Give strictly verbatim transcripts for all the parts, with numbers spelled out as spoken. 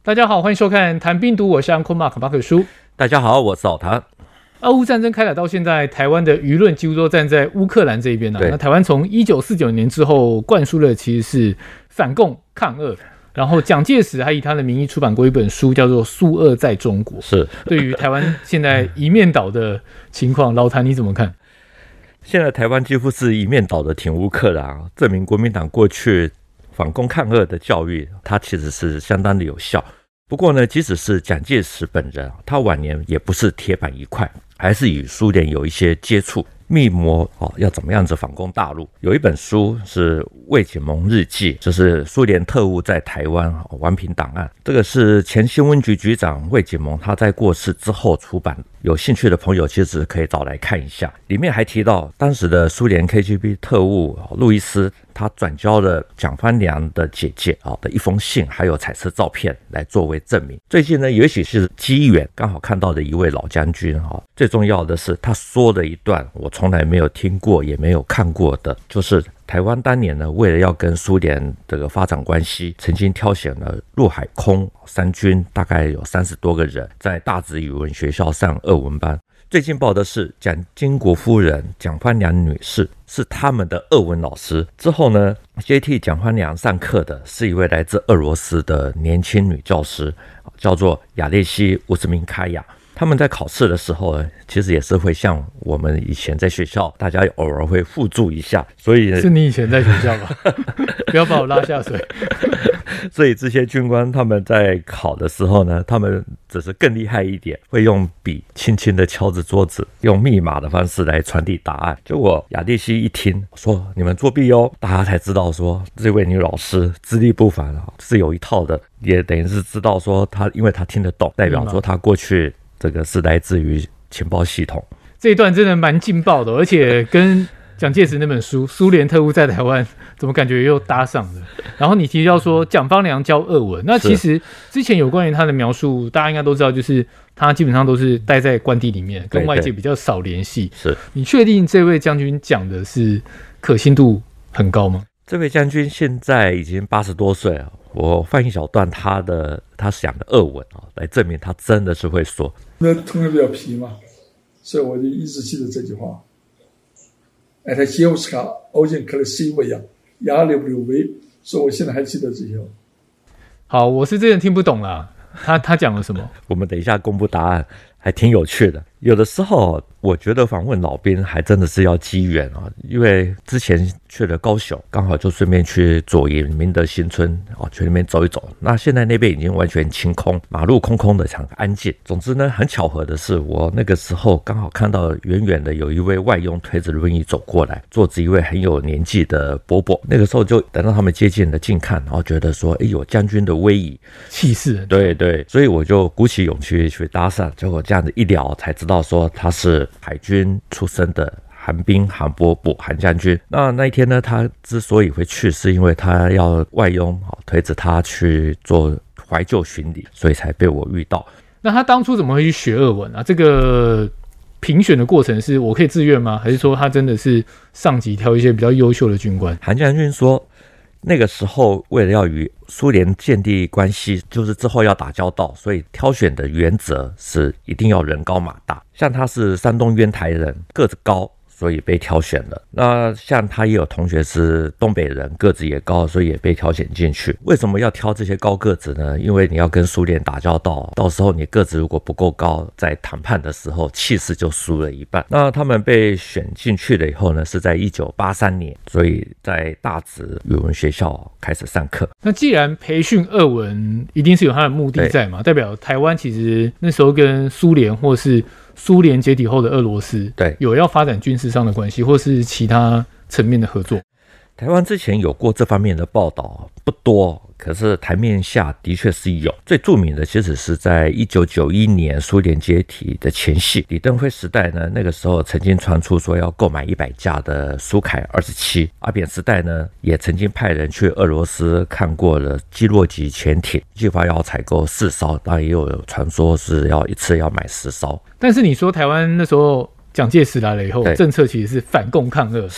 大家好，欢迎收看谈病毒，我是 Uncle Mark 马可叔。 大家好，我是老谭。 俄乌战争开打到现在，台湾的舆论几乎都站在乌克兰这一边、啊、那台湾从一九四九年之后灌输的其实是反共抗俄，然后蒋介石还以他的名义出版过一本书，叫做《苏俄在中国》。 是对于台湾现在一面倒的情况，老谭你怎么看？ 现在台湾几乎是一面倒的挺乌克兰，证明国民党过去反共抗俄的教育，它其实是相当的有效。不过呢，即使是蒋介石本人，他晚年也不是铁板一块，还是与苏联有一些接触，密谋、哦、要怎么样子反攻大陆。有一本书是魏锦蒙日记，就是苏联特务在台湾、哦、顽皮档案，这个是前新闻局局长魏锦蒙他在过世之后出版，有兴趣的朋友其实可以找来看一下。里面还提到当时的苏联 K G B 特务、哦、路易斯，他转交了蒋番良的姐姐、哦、的一封信，还有彩色照片来作为证明。最近呢，也许是机缘，刚好看到的一位老将军、哦、最重要的是他说了一段我从来没有听过也没有看过的，就是台湾当年呢，为了要跟苏联这个发展关系，曾经挑选了陆海空三军，大概有三十多个人，在大直语文学校上俄文班。最劲爆的是蒋经国夫人蒋番良女士是他们的俄文老师，之后呢，接替蒋番良上课的是一位来自俄罗斯的年轻女教师，叫做亚列西·乌兹明卡娅。他们在考试的时候呢，其实也是会像我们以前在学校，大家偶尔会附注一下，所以是你以前在学校吧？不要把我拉下水。 所以这些军官他们在考的时候呢，他们只是更厉害一点，会用笔轻轻的敲着桌子，用密码的方式来传递答案。结果亚历西一听说你们作弊哦，大家才知道说这位女老师资历不凡，是有一套的，也等于是知道说她，因为她听得懂，代表说她过去这个是来自于情报系统。 这一段真的蛮劲爆的，而且跟蒋介石那本书《苏联特务在台湾》怎么感觉又搭上了？然后你提到说蒋番良教俄文，那其实之前有关于他的描述，大家应该都知道，就是他基本上都是待在官邸里面，跟外界比较少联系。是你确定这位将军讲的是可信度很高吗？ 这位将军现在已经八十多岁了，我翻一小段他的他讲的俄文来证明他真的是会说。 那通常比较皮嘛，所以我就一直记得这句话。哎，他杰乌斯卡欧建克了 C 位啊，亚柳柳维，所以我现在还记得这些。 好，我是真的听不懂啦，他他讲了什么？ 我们等一下公布答案，还挺有趣的。有的时候我觉得访问老兵还真的是要机缘啊，因为之前去了高雄，刚好就顺便去左营明德新村啊，去那边走一走。那现在那边已经完全清空，马路空空的，很安静。总之呢，很巧合的是，我那个时候刚好看到远远的有一位外佣推着轮椅走过来，坐着一位很有年纪的伯伯。那个时候就等到他们接近了近看，然后觉得说，哎呦，将军的威仪气势， 对对，所以我就鼓起勇气去搭讪。结果这样子一聊，才知道说他是海军出身的韩兵韩伯伯韩将军。那那一天呢，他之所以会去，是因为他要外佣推着他去做怀旧巡礼，所以才被我遇到。 那他当初怎么会去学俄文啊？这个评选的过程是我可以自愿吗？还是说他真的是上级挑一些比较优秀的军官？ 韩将军说，那个时候为了要与苏联建立关系，就是之后要打交道，所以挑选的原则是一定要人高马大。像他是山东烟台人，个子高，所以被挑选了。那像他也有同学是东北人，个子也高，所以也被挑选进去。为什么要挑这些高个子呢？因为你要跟苏联打交道，到时候你个子如果不够高，在谈判的时候气势就输了一半。那他们被选进去了以后呢，是在一九八三年，所以在大直语文学校开始上课。 那既然培训俄文一定是有它的目的在嘛，代表台湾其实那时候跟苏联或是苏联解体后的俄罗斯，对，有要发展军事上的关系，或是其他层面的合作。 台湾之前有过这方面的报道，不多，可是台面下的确是有。最著名的其实是在一九九一年苏联解体的前夕，李登辉时代呢，那个时候曾经传出说要购买一百架的苏凯二十七。阿扁时代呢，也曾经派人去俄罗斯看过了基洛级潜艇，计划要采购四艘，当然也有传说是要一次要买十艘。 但是你说台湾那时候蒋介石来了以后，政策其实是反共抗俄，是。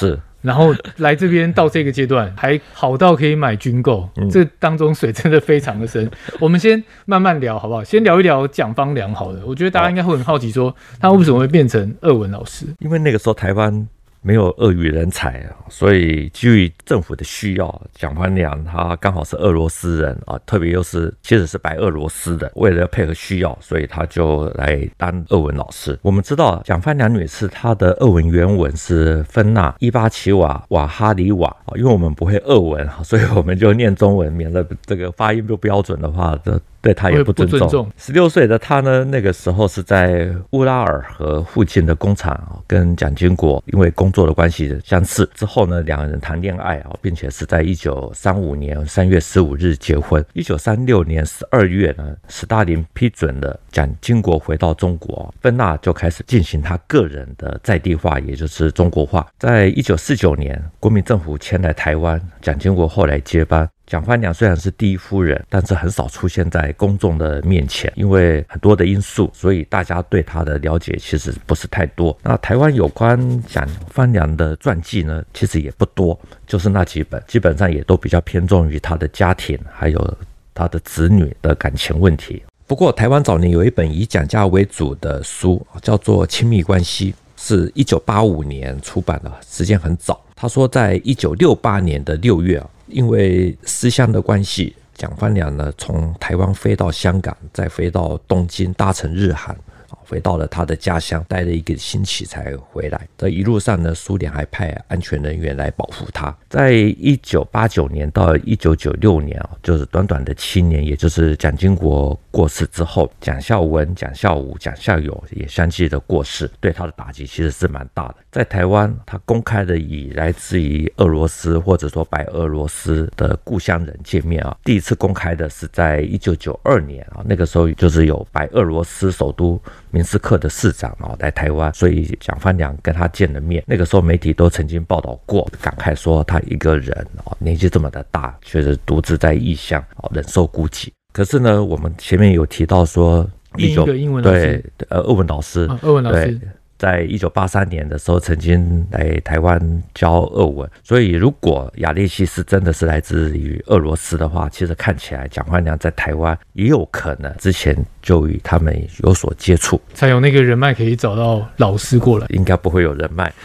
然后来这边到这个阶段还好到可以买军购，嗯、这当中水真的非常的深。我们先慢慢聊好不好？先聊一聊蒋方良好了。我觉得大家应该会很好奇说，他为什么会变成俄文老师？ 因为那个时候台湾没有俄语人才，所以基于政府的需要，蒋方良他刚好是俄罗斯人啊，特别又是其实是白俄罗斯的，为了要配合需要，所以他就来当俄文老师。我们知道蒋方良女士她的俄文原文是芬纳伊巴奇瓦瓦哈里瓦，因为我们不会俄文，所以我们就念中文，免得这个发音不标准的话的。对他也不尊重。十六岁的他呢，那个时候是在乌拉尔河附近的工厂跟蒋经国因为工作的关系相识，之后呢，两人谈恋爱，并且是在一九三五年三月十五日结婚。一九三六年十二月呢，斯大林批准了蒋经国回到中国，芬纳就开始进行他个人的在地化，也就是中国化。在一九四九年，国民政府迁来台湾，蒋经国后来接班。蒋方良虽然是第一夫人，但是很少出现在公众的面前，因为很多的因素，所以大家对她的了解其实不是太多。那台湾有关蒋方良的传记呢，其实也不多，就是那几本，基本上也都比较偏重于她的家庭，还有她的子女的感情问题。不过台湾早年有一本以蒋家为主的书，叫做《亲密关系》，是一九八五年出版的，时间很早。他说在一九六八年的六月啊，因为思乡的关系，蒋方良呢从台湾飞到香港，再飞到东京，搭乘日航回到了他的家乡，待了一个星期才回来。这一路上呢，苏联还派安全人员来保护他。在一九八九年到一九九六年啊，就是短短的七年，也就是蒋经国过世之后，蒋孝文、蒋孝武、蒋孝友也相继的过世，对他的打击其实是蛮大的。在台湾，他公开的以来自于俄罗斯或者说白俄罗斯的故乡人见面啊，第一次公开的是在一九九二年啊，那个时候就是有白俄罗斯首都明斯克的市长啊来台湾，所以蒋方良跟他见了面。那个时候媒体都曾经报道过，感慨说他一个人啊年纪这么的大，却是独自在异乡啊忍受孤寂。可是呢，我们前面有提到说， 另一个英文老师， 对，呃，俄文老师， 啊、俄文老师。 在一九八三年的时候曾经来台湾教俄文，所以如果亚列西斯真的是来自于俄罗斯的话，其实看起来蒋方良在台湾也有可能之前就与他们有所接触， 才有那个人脉可以找到老师过来， 应该不会有人脉。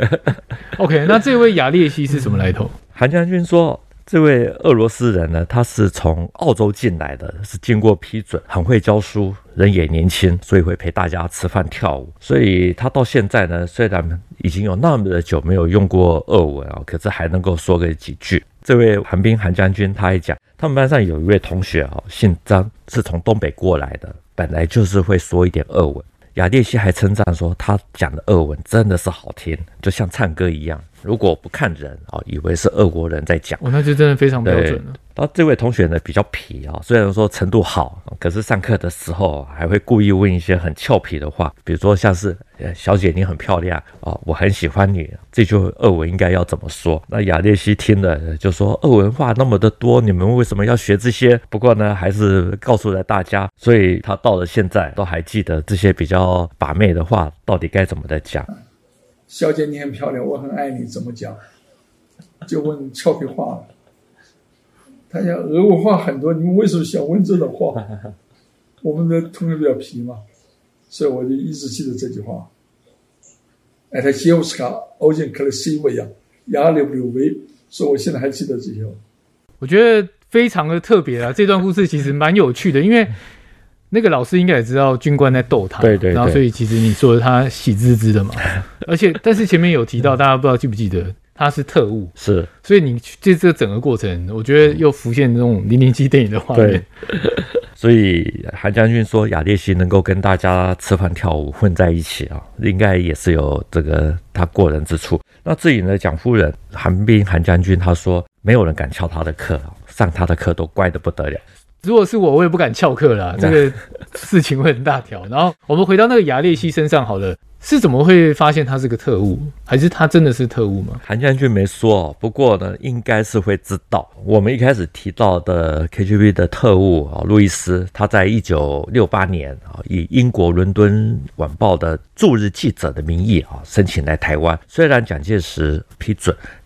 OK， 那这位亚列西是什么来头？ 韩将军说，这位俄罗斯人呢，他是从澳洲进来的，是经过批准，很会教书，人也年轻，所以会陪大家吃饭跳舞。所以他到现在呢，虽然已经有那么的久没有用过俄文啊，可是还能够说个几句。这位韩冰韩将军他还讲，他们班上有一位同学啊，姓张，是从东北过来的，本来就是会说一点俄文。亚列西还称赞说，他讲的俄文真的是好听，就像唱歌一样。如果不看人啊，以为是俄国人在讲， 哦，那就真的非常标准了。 然后这位同学呢比较皮啊，虽然说程度好，可是上课的时候还会故意问一些很俏皮的话，比如说像是小姐你很漂亮啊，我很喜欢你，这句俄文应该要怎么说？那亚列西听了就说，俄文话那么的多，你们为什么要学这些？不过呢还是告诉了大家，所以他到了现在都还记得这些比较把妹的话到底该怎么的讲。 小姐你很漂亮，我很爱你，怎么讲？就问俏皮话了。他讲俄文话很多，你们为什么想问这种话？我们的同学比较皮嘛，所以我就一直记得这句话。哎，他杰乌斯卡欧建克勒西维亚亚柳柳维，所以我现在还记得这些。 我觉得非常的特别啊，这段故事其实蛮有趣的，因为那个老师应该也知道军官在逗他， 对对对， 然后所以其实你说他喜滋滋的嘛，而且但是前面有提到，大家不知道记不记得他是特务， 是， 所以你这这整个过程，我觉得又浮现这种零零七电影的画面。 所以韩将军说亚列西能够跟大家吃饭跳舞混在一起啊，应该也是有这个他过人之处。那至于呢，蒋夫人韩冰韩将军他说，没有人敢翘他的课，上他的课都乖得不得了。 如果是我，我也不敢翘课啦，这个事情会很大条。然后我们回到那个亚列西身上好了，是怎么会发现他是个特务，还是他真的是特务吗？ 韩将军没说，不过呢，应该是会知道。我们一开始提到的 K G B 的特务啊，路易斯，他在一九六八年啊，以英国伦敦晚报的驻日记者的名义啊，申请来台湾。虽然蒋介石批准，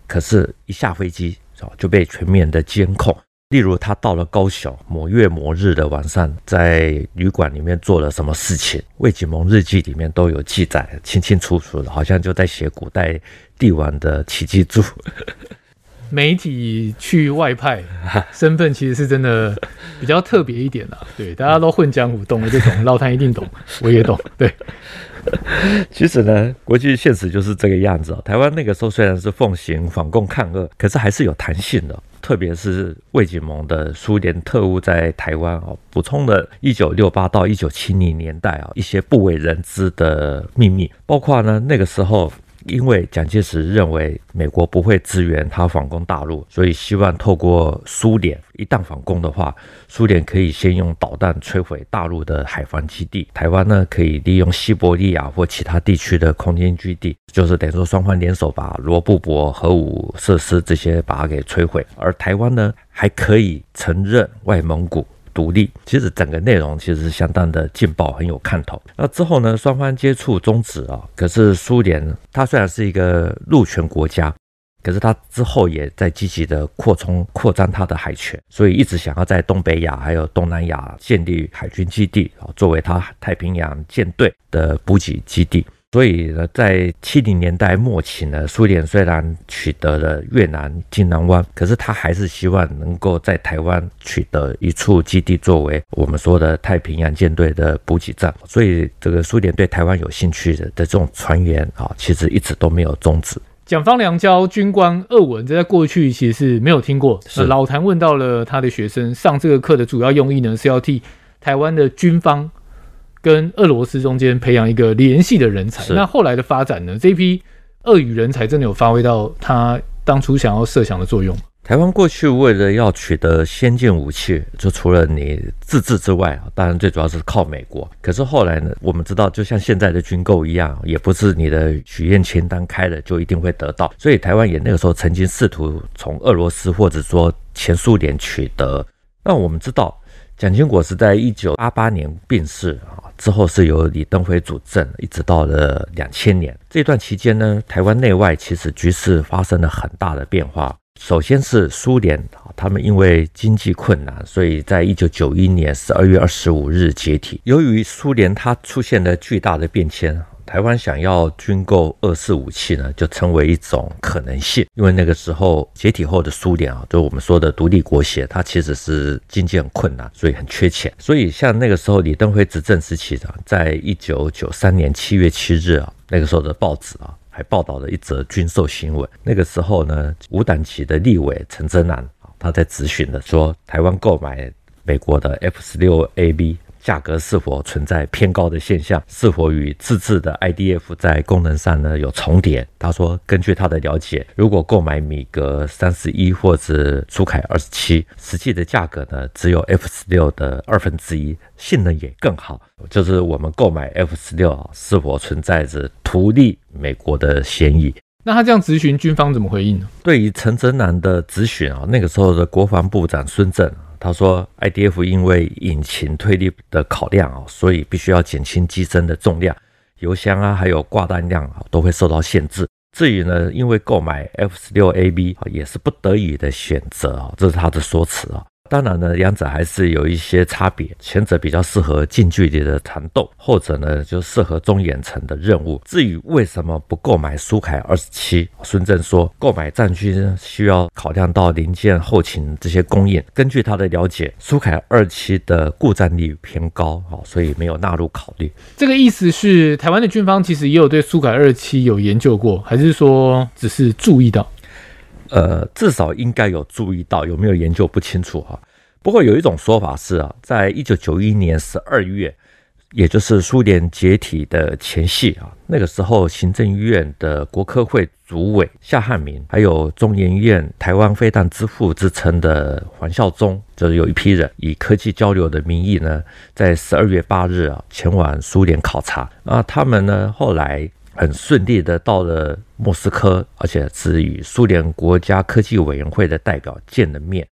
可是一下飞机就被全面的监控。例如他到了高雄某月某日的晚上，在旅馆里面做了什么事情，魏景蒙日记里面都有记载，清清楚楚的，好像就在写古代帝王的奇迹注。 媒体去外派，身份其实是真的比较特别一点啦。对，大家都混江湖，懂了就懂，老谭一定懂，我也懂。对， 其实呢，国际现实就是这个样子、哦。台湾那个时候虽然是奉行反共抗俄，可是还是有弹性的。特别是魏景蒙的苏联特务在台湾哦，补充了一九六八到一九七零年代啊、哦、一些不为人知的秘密，包括呢那个时候。因为蒋介石认为美国不会支援他反攻大陆，所以希望透过苏联，一旦反攻的话，苏联可以先用导弹摧毁大陆的海防基地，台湾呢可以利用西伯利亚或其他地区的空军基地，就是等于说双方联手把罗布泊核武设施这些把它给摧毁，而台湾呢还可以承认外蒙古独立。其实整个内容其实是相当的劲爆，很有看头。那之后呢，双方接触终止啊。可是苏联它虽然是一个陆权国家，可是它之后也在积极的扩充扩张它的海权，所以一直想要在东北亚还有东南亚建立海军基地啊，作为它太平洋舰队的补给基地。所以呢，在七零年代末期呢，苏联虽然取得了越南金南湾，可是他还是希望能够在台湾取得一处基地，作为我们说的太平洋舰队的补给站。所以这个苏联对台湾有兴趣的的这种传言啊，其实一直都没有终止。 蒋方良教军官俄文，这在过去其实是没有听过。那老谭问到了他的学生，上这个课的主要用意呢，是要替台湾的军方跟俄罗斯中间培养一个联系的人才。那后来的发展呢？这批俄语人才真的有发挥到他当初想要设想的作用吗？ 台湾过去为了要取得先进武器，就除了你自制之外，当然最主要是靠美国。可是后来呢，我们知道，就像现在的军购一样，也不是你的许愿清单开了就一定会得到。所以台湾也那个时候曾经试图从俄罗斯或者说前苏联取得。那我们知道，蒋经国是在一九八八年病逝啊，之后是由李登辉主政，一直到了两千年。这段期间呢，台湾内外其实局势发生了很大的变化。首先是苏联，他们因为经济困难，所以在一九九一年十二月二十五日解体。由于苏联它出现了巨大的变迁，台湾想要军购俄式武器呢，就成为一种可能性。因为那个时候解体后的苏联啊，就我们说的独立国协，它其实是经济很困难，所以很缺钱。所以像那个时候李登辉执政时期啊，在一九九三年七月七日啊，那个时候的报纸啊，还报道了一则军售新闻。那个时候呢，无党籍的立委陈真南他在质询的说，台湾购买美国的 F 十六 A B。价格是否存在偏高的现象，是否与自制的 I D F 在功能上呢有重叠。他说根据他的了解，如果购买米格三十一或者苏凯二十七，实际的价格呢只有 F 十六的二分之一，性能也更好。就是我们购买 F 十六是否存在着图利美国的嫌疑。 那他这样质询，军方怎么回应呢？ 对于陈真南的质询啊，那个时候的国防部长孙正他说 I D F 因为引擎推力的考量啊，所以必须要减轻机身的重量，油箱啊还有挂弹量啊都会受到限制。至于呢，因为购买 F 十六 A B 也是不得已的选择啊，这是他的说辞啊。当然呢，两者还是有一些差别，前者比较适合近距离的缠斗，后者呢就适合中远程的任务。至于为什么不购买苏凯二十七，孙正说购买战机需要考量到零件后勤这些供应，根据他的了解，苏凯二十七的故障率偏高，所以没有纳入考虑。 这个意思是台湾的军方其实也有对苏凯二十七有研究过，还是说只是注意到？ 呃，至少应该有注意到，有没有研究不清楚哈。不过有一种说法是啊，在一九九一年十二月，也就是苏联解体的前夕啊，那个时候行政院的国科会主委夏汉民，还有中研院台湾飞弹之父之称的黄孝忠，就是有一批人以科技交流的名义呢，在十二月八日啊前往苏联考察啊，他们呢后来很顺利的到了莫斯科，而且是与苏联国家科技委员会的代表见了面。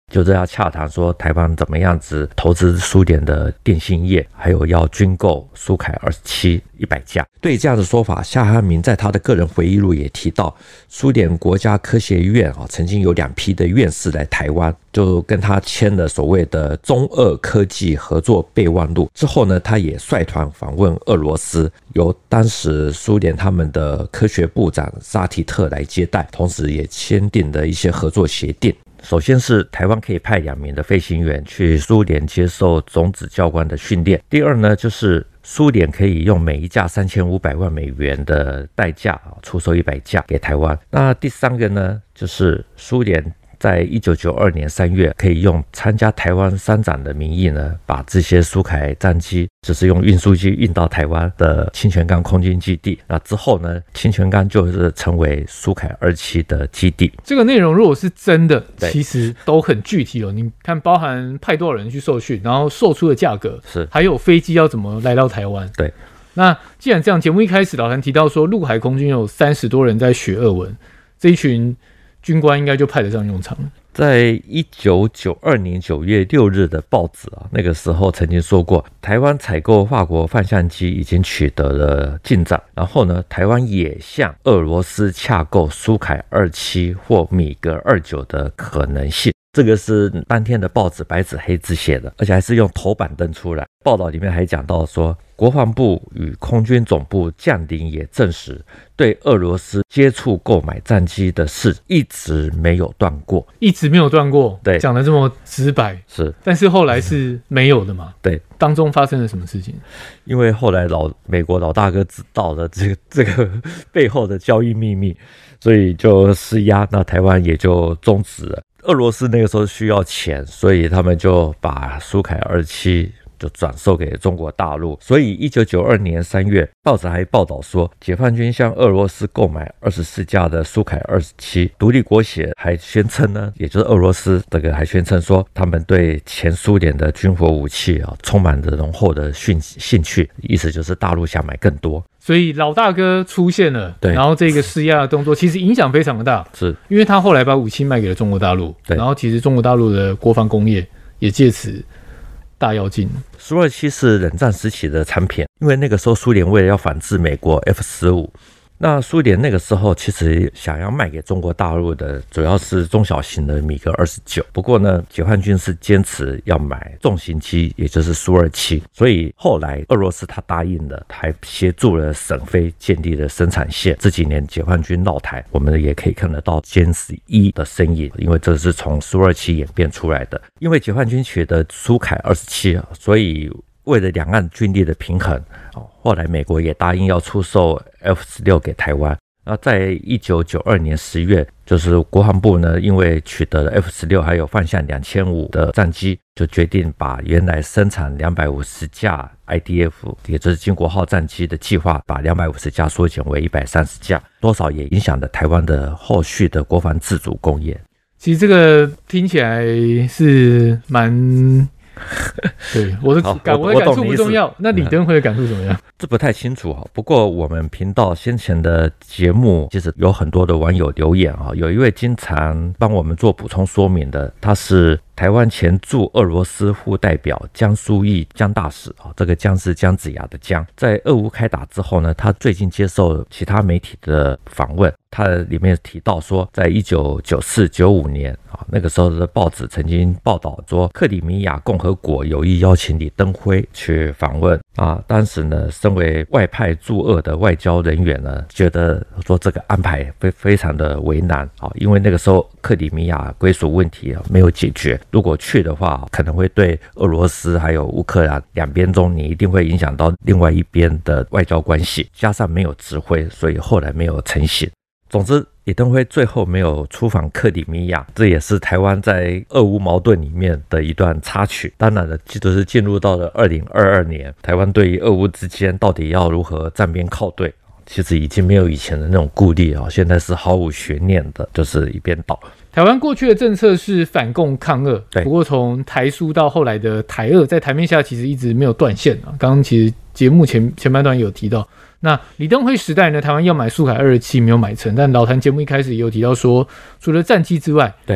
就是要洽谈说台湾怎么样子投资苏联的电信业，还有要军购苏凯二十七一百架。对这样的说法，夏汉民在他的个人回忆录也提到，苏联国家科学院啊，曾经有两批的院士来台湾，就跟他签了所谓的中俄科技合作备忘录。之后呢，他也率团访问俄罗斯，由当时苏联他们的科学部长沙提特来接待，同时也签订了一些合作协定。首先是台湾可以派两名的飞行员去苏联接受种子教官的训练。第二呢，就是苏联可以用每一架三千五百万美元的代价出售一百架给台湾。那第三个呢，就是苏联在一九九二年三月可以用参加台湾三展的名义呢，把这些苏凯战机就是用运输机运到台湾的清泉岗空军基地。那之后呢，清泉岗就是成为苏凯二期的基地。 这个内容如果是真的，其实都很具体哦。你看，包含派多少人去受训，然后售出的价格， 是还有飞机要怎么来到台湾。 对， 那既然这样，节目一开始老谭提到说，陆海空军有三十多人在学俄文，这一群军官应该就派得上用场了。 在一九九二年九月六日的报纸啊，那个时候曾经说过，台湾采购法国范相机已经取得了进展，然后呢，台湾也向俄罗斯洽购苏凯二七或米格二九的可能性。这个是当天的报纸白纸黑字写的，而且还是用头版登出来。报道里面还讲到说，国防部与空军总部将领也证实，对俄罗斯接触购买战机的事一直没有断过， 一直没有断过。 对， 讲得这么直白， 是。 但是后来是没有的嘛？ 对， 当中发生了什么事情？ 因为后来老美国老大哥知道了这个这个背后的交易秘密，所以就施压，那台湾也就终止了。俄罗斯那个时候需要钱，所以他们就把苏凯二七就转售给中国大陆。所以一九九二年三月，报纸还报道说，解放军向俄罗斯购买二十四架的苏凯二十七。独立国协还宣称呢，也就是俄罗斯这个还宣称说，他们对前苏联的军火武器啊充满着浓厚的兴兴趣，意思就是大陆想买更多。 所以老大哥出现了， 对， 然后这个施压的动作其实影响非常的大， 是因为他后来把武器卖给了中国大陆， 对， 然后其实中国大陆的国防工业也借此大跃进。 苏二七是冷战时期的产品，因为那个时候苏联为了要反制美国 F 十五，那苏联那个时候其实想要卖给中国大陆的主要是中小型的米格二十九，不过呢，解放军是坚持要买重型机，也就是苏二七，所以后来俄罗斯他答应了，还协助了沈飞建立了生产线。这几年解放军绕台，我们也可以看得到歼十一的身影，因为这是从苏二七演变出来的。因为解放军取得苏凯二十七，所以为了两岸军力的平衡，后来美国也答应要出售 F 十六给台湾。那在一九九二年十月，就是国防部呢，因为取得了 F 十六还有范相两千五的战机，就决定把原来生产两百五十架 I D F， 也就是经国号战机的计划，把两百五十架缩减为一百三十架，多少也影响了台湾的后续的国防自主工业。 其实这个听起来是蛮对，我的感我的感触不重要，那李登辉的感触怎么样？ 这不太清楚哈。不过我们频道先前的节目，其实有很多的网友留言哈，有一位经常帮我们做补充说明的，他是台湾前驻俄罗斯副代表江书义江大使啊，这个江是姜子牙的姜。在俄乌开打之后呢，他最近接受其他媒体的访问，他里面提到说，在一九九四九五年啊，那个时候的报纸曾经报道说，克里米亚共和国有意邀请李登辉去访问啊。当时呢，身为外派驻俄的外交人员呢，觉得说这个安排非非常的为难啊，因为那个时候克里米亚归属问题啊没有解决。如果去的话，可能会对俄罗斯还有乌克兰两边中，你一定会影响到另外一边的外交关系，加上没有指挥，所以后来没有成型。总之，李登辉最后没有出访克里米亚，这也是台湾在俄乌矛盾里面的一段插曲。当然了，这就是进入到了二零二二年，台湾对于俄乌之间到底要如何站边靠队，其实已经没有以前的那种顾虑，现在是毫无悬念的，就是一边倒。 台湾过去的政策是反共抗俄， 对， 不过从台苏到后来的台俄，在台面下其实一直没有断线啊。刚刚其实节目前前半段有提到，那李登辉时代呢，台湾要买苏凯二十七没有买成，但老谭节目一开始也有提到说，除了战机之外， 对，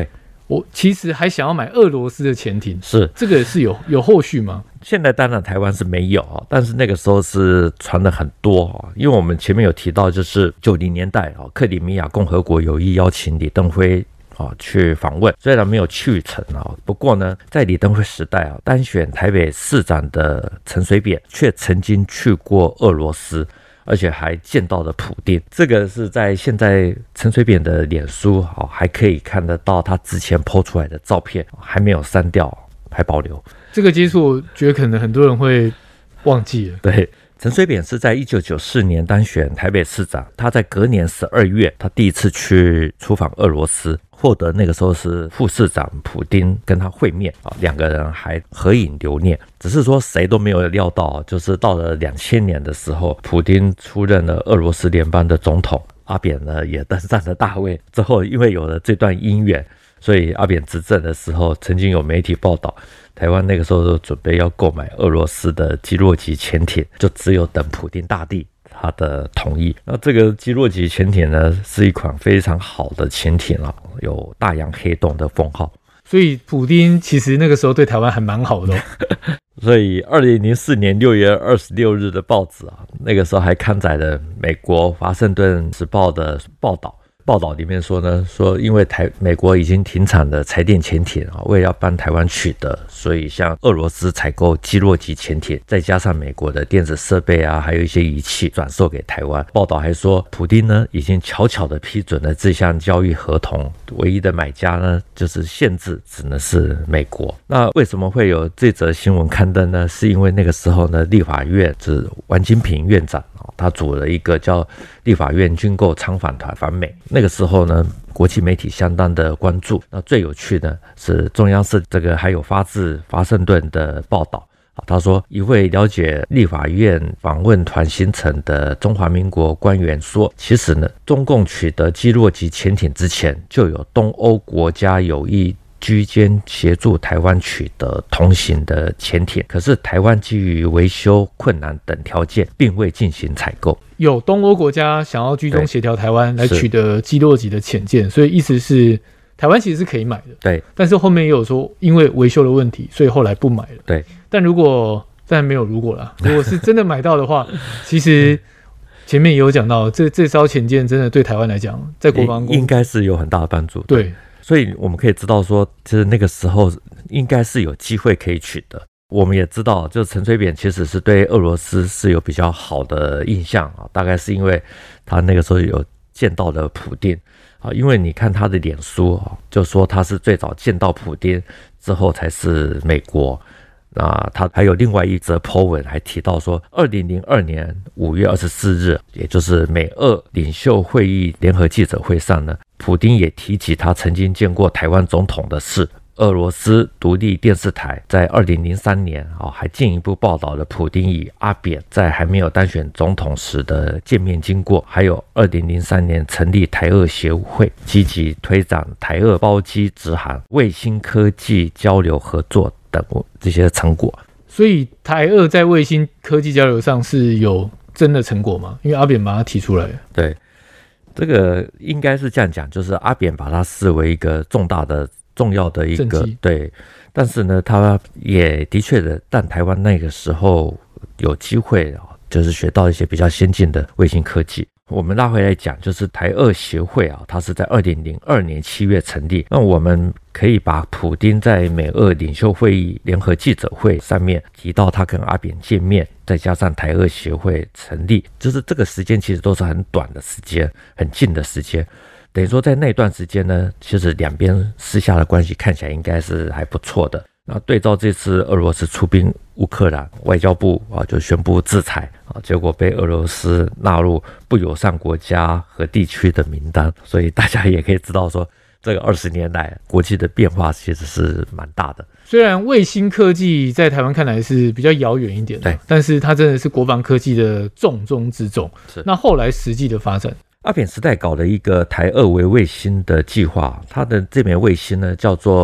我其实还想要买俄罗斯的潜艇， 是这个是有有后续吗？ 现在当然台湾是没有，但是那个时候是传的很多，因为我们前面有提到，就是九零年代克里米亚共和国有意邀请李登辉去访问，虽然没有去成，不过呢，在李登辉时代单选台北市长的陈水扁却曾经去过俄罗斯，而且还见到了普丁。这个是在现在陈水扁的脸书还可以看得到他之前 po 出来的照片，还没有删掉，还保留。 这个接触我觉得可能很多人会忘记了。 对，陈水扁是在一九九四年当选台北市长，他在隔年十二月他第一次去出访俄罗斯，获得那个时候是副市长普丁跟他会面，两个人还合影留念。只是说谁都没有料到，就是到了两千年的时候，普丁出任了俄罗斯联邦的总统，阿扁呢也登上了大位。之后因为有了这段姻缘，所以阿扁执政的时候，曾经有媒体报道，台湾那个时候都准备要购买俄罗斯的基洛级潜艇，就只有等普丁大帝他的同意。那这个基洛级潜艇呢，是一款非常好的潜艇啊，有大洋黑洞的封号。 所以普丁其实那个时候对台湾还蛮好的、哦。 所以二零零四年六月二十六日的报纸啊，那个时候还刊载了美国华盛顿时报的报道。报道里面说呢，说因为台美国已经停产的柴电潜艇啊，为了要帮台湾取得，所以向俄罗斯采购基洛级潜艇，再加上美国的电子设备啊，还有一些仪器转售给台湾。报道还说，普丁呢已经悄悄的批准了这项交易合同，唯一的买家呢就是限制只能是美国。那为什么会有这则新闻刊登呢？是因为那个时候呢，立法院是王金平院长他组了一个叫立法院军购参访团访美，那个时候呢，国际媒体相当的关注。那最有趣的是中央社这个还有发自华盛顿的报道，他说一位了解立法院访问团行程的中华民国官员说，其实呢，中共取得基洛级潜艇之前，就有东欧国家有意居间协助台湾取得同型的潜艇，可是台湾基于维修困难等条件，并未进行采购。 有东欧国家想要居中协调台湾来取得基洛级的潜舰，所以意思是台湾其实是可以买的。 对， 但是后面也有说因为维修的问题，所以后来不买了。 对， 但如果当然没有如果啦，如果是真的买到的话，其实前面也有讲到，这这艘潜舰真的对台湾来讲，在国防应该是有很大的帮助。 对。 所以我们可以知道说，其实那个时候应该是有机会可以取得。我们也知道，就陈水扁其实是对俄罗斯是有比较好的印象啊，大概是因为他那个时候有见到了普丁啊，因为你看他的脸书啊，就说他是最早见到普丁之后才是美国。那他还有另外一则 po 文还提到说，二零零二年五月二十四日，也就是美俄领袖会议联合记者会上呢，普丁也提及他曾经见过台湾总统的事。俄罗斯独立电视台在二零零三年、哦、还进一步报道了普丁与阿扁在还没有当选总统时的见面经过，还有二零零三年成立台俄协会，积极推展台俄包机直航、卫星科技交流合作等这些成果。 所以台俄在卫星科技交流上是有真的成果吗？因为阿扁把它提出来。 对，这个应该是这样讲，就是阿扁把它视为一个重大的重要的一个对，但是呢，他也的确的，但台湾那个时候有机会就是学到一些比较先进的卫星科技。我们拉回来讲，就是台俄协会啊，它是在二零零二年七月成立。那我们可以把普丁在美俄领袖会议联合记者会上面提到他跟阿扁见面，再加上台俄协会成立，就是这个时间其实都是很短的时间，很近的时间。等于说在那段时间呢，其实两边私下的关系看起来应该是还不错的。那对照这次俄罗斯出兵乌克兰，外交部啊就宣布制裁啊，结果被俄罗斯纳入不友善国家和地区的名单。所以大家也可以知道说，这个二十年来国际的变化其实是蛮大的。 虽然卫星科技在台湾看来是比较遥远一点的，对，但是它真的是国防科技的重中之重。是，那后来实际的发展， 阿扁时代搞了一个台俄微卫星的计划，它的这枚卫星呢叫做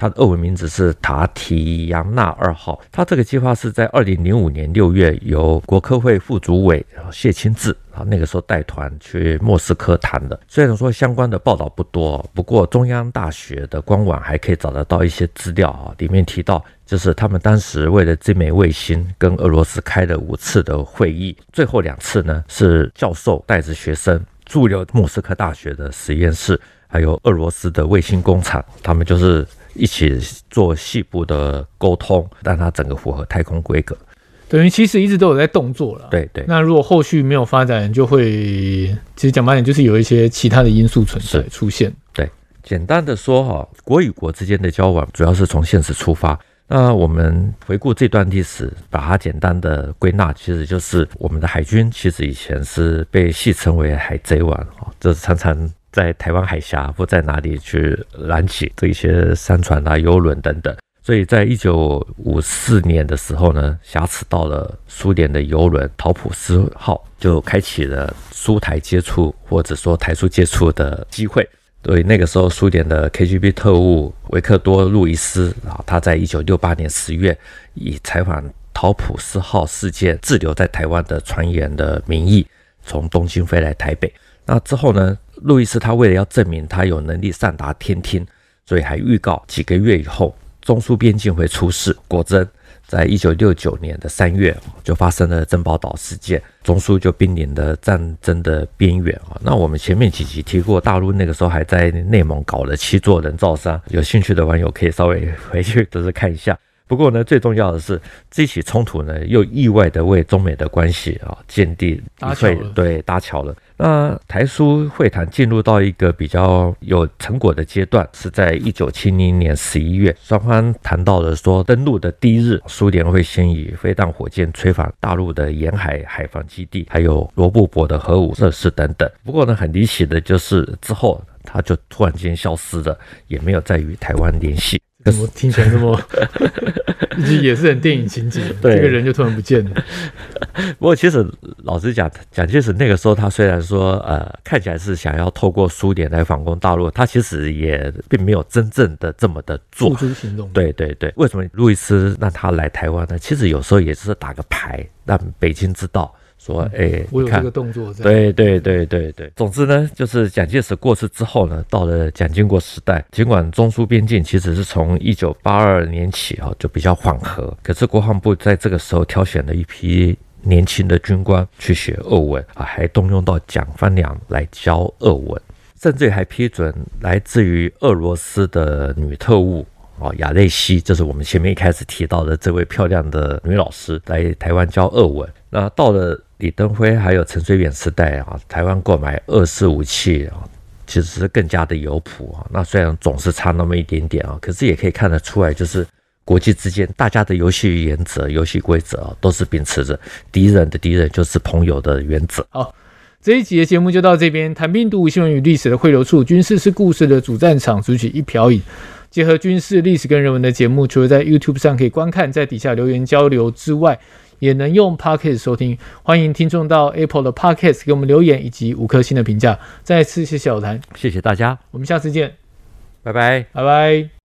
它的俄文名字是塔提扬纳二号。它这个计划是在二零零五年六月由国科会副主委谢清志那个时候带团去莫斯科谈的。虽然说相关的报道不多，不过中央大学的官网还可以找得到一些资料，里面提到就是他们当时为了这枚卫星跟俄罗斯开了五次的会议，最后两次呢是教授带着学生驻留莫斯科大学的实验室，还有俄罗斯的卫星工厂，他们就是一起做细部的沟通，让它整个符合太空规格。 等于其实一直都有在动作了。 对对。 那如果后续没有发展，就会其实讲白点，就是有一些其他的因素存在出现。 对，简单的说哈，国与国之间的交往主要是从现实出发。那我们回顾这段历史，把它简单的归纳，其实就是我们的海军其实以前是被戏称为海贼王，这常常在台湾海峡或在哪里去拦起这一些商船啊、邮轮等等。所以在一九五四年的时候呢，挟持到了苏联的邮轮陶普斯号，就开启了苏台接触或者说台苏接触的机会。所以那个时候苏联的 K G B 特务维克多·路易斯，他在一九六八年十月以采访陶普斯号事件滞留在台湾的船员的名义，从东京飞来台北。那之后呢，路易斯他为了要证明他有能力上达天听，所以还预告几个月以后中苏边境会出事。果真在一九六九年的三月就发生了珍宝岛事件，中苏就濒临了战争的边缘。那我们前面几集提过，大陆那个时候还在内蒙搞了七座人造山，有兴趣的网友可以稍微回去就是看一下。不过呢，最重要的是这起冲突呢，又意外的为中美的关系啊建立搭桥了， 对，搭桥了。那台苏会谈进入到一个比较有成果的阶段，是在一九七零年十一月，双方谈到了说，登陆的第一日，苏联会先以飞弹火箭催访大陆的沿海海防基地，还有罗布泊的核武设施等等。不过呢，很离奇的就是之后他就突然间消失了，也没有再与台湾联系。 怎么听起来这么也是很电影情节，这个人就突然不见了。 不过其实老实讲，蒋介石那个时候他虽然说呃看起来是想要透过苏联来反攻大陆，他其实也并没有真正的这么的做付诸行动。 对对对，为什么路易斯让他来台湾呢？其实有时候也是打个牌，让北京知道说，哎、欸， 我有这个动作。 对对对对对。总之呢，就是蒋介石过世之后呢，到了蒋经国时代，尽管中苏边境其实是从一九八二年起啊就比较缓和，可是国防部在这个时候挑选了一批年轻的军官去学俄文啊，还动用到蒋方良来教俄文，甚至还批准来自于俄罗斯的女特务哦，亚蕾西，就是我们前面一开始提到的这位漂亮的女老师来台湾教俄文。那到了李登辉还有陈水扁时代啊，台湾购买二式武器啊，其实是更加的有谱啊。那虽然总是差那么一点点啊，可是也可以看得出来，就是国际之间大家的游戏原则、游戏规则啊，都是秉持着敌人的敌人就是朋友的原则。 好，这一集的节目就到这边。谈兵读武，新闻与历史的汇流处，军事是故事的主战场，举起一瓢饮。结合军事、历史跟人文的节目，除了在 YouTube 上可以观看，在底下留言交流之外，也能用 Podcast 收听。欢迎听众到 Apple 的 Podcast 给我们留言以及五颗星的评价。再次谢谢小谭， 谢谢大家， 我们下次见， 拜拜， 拜拜。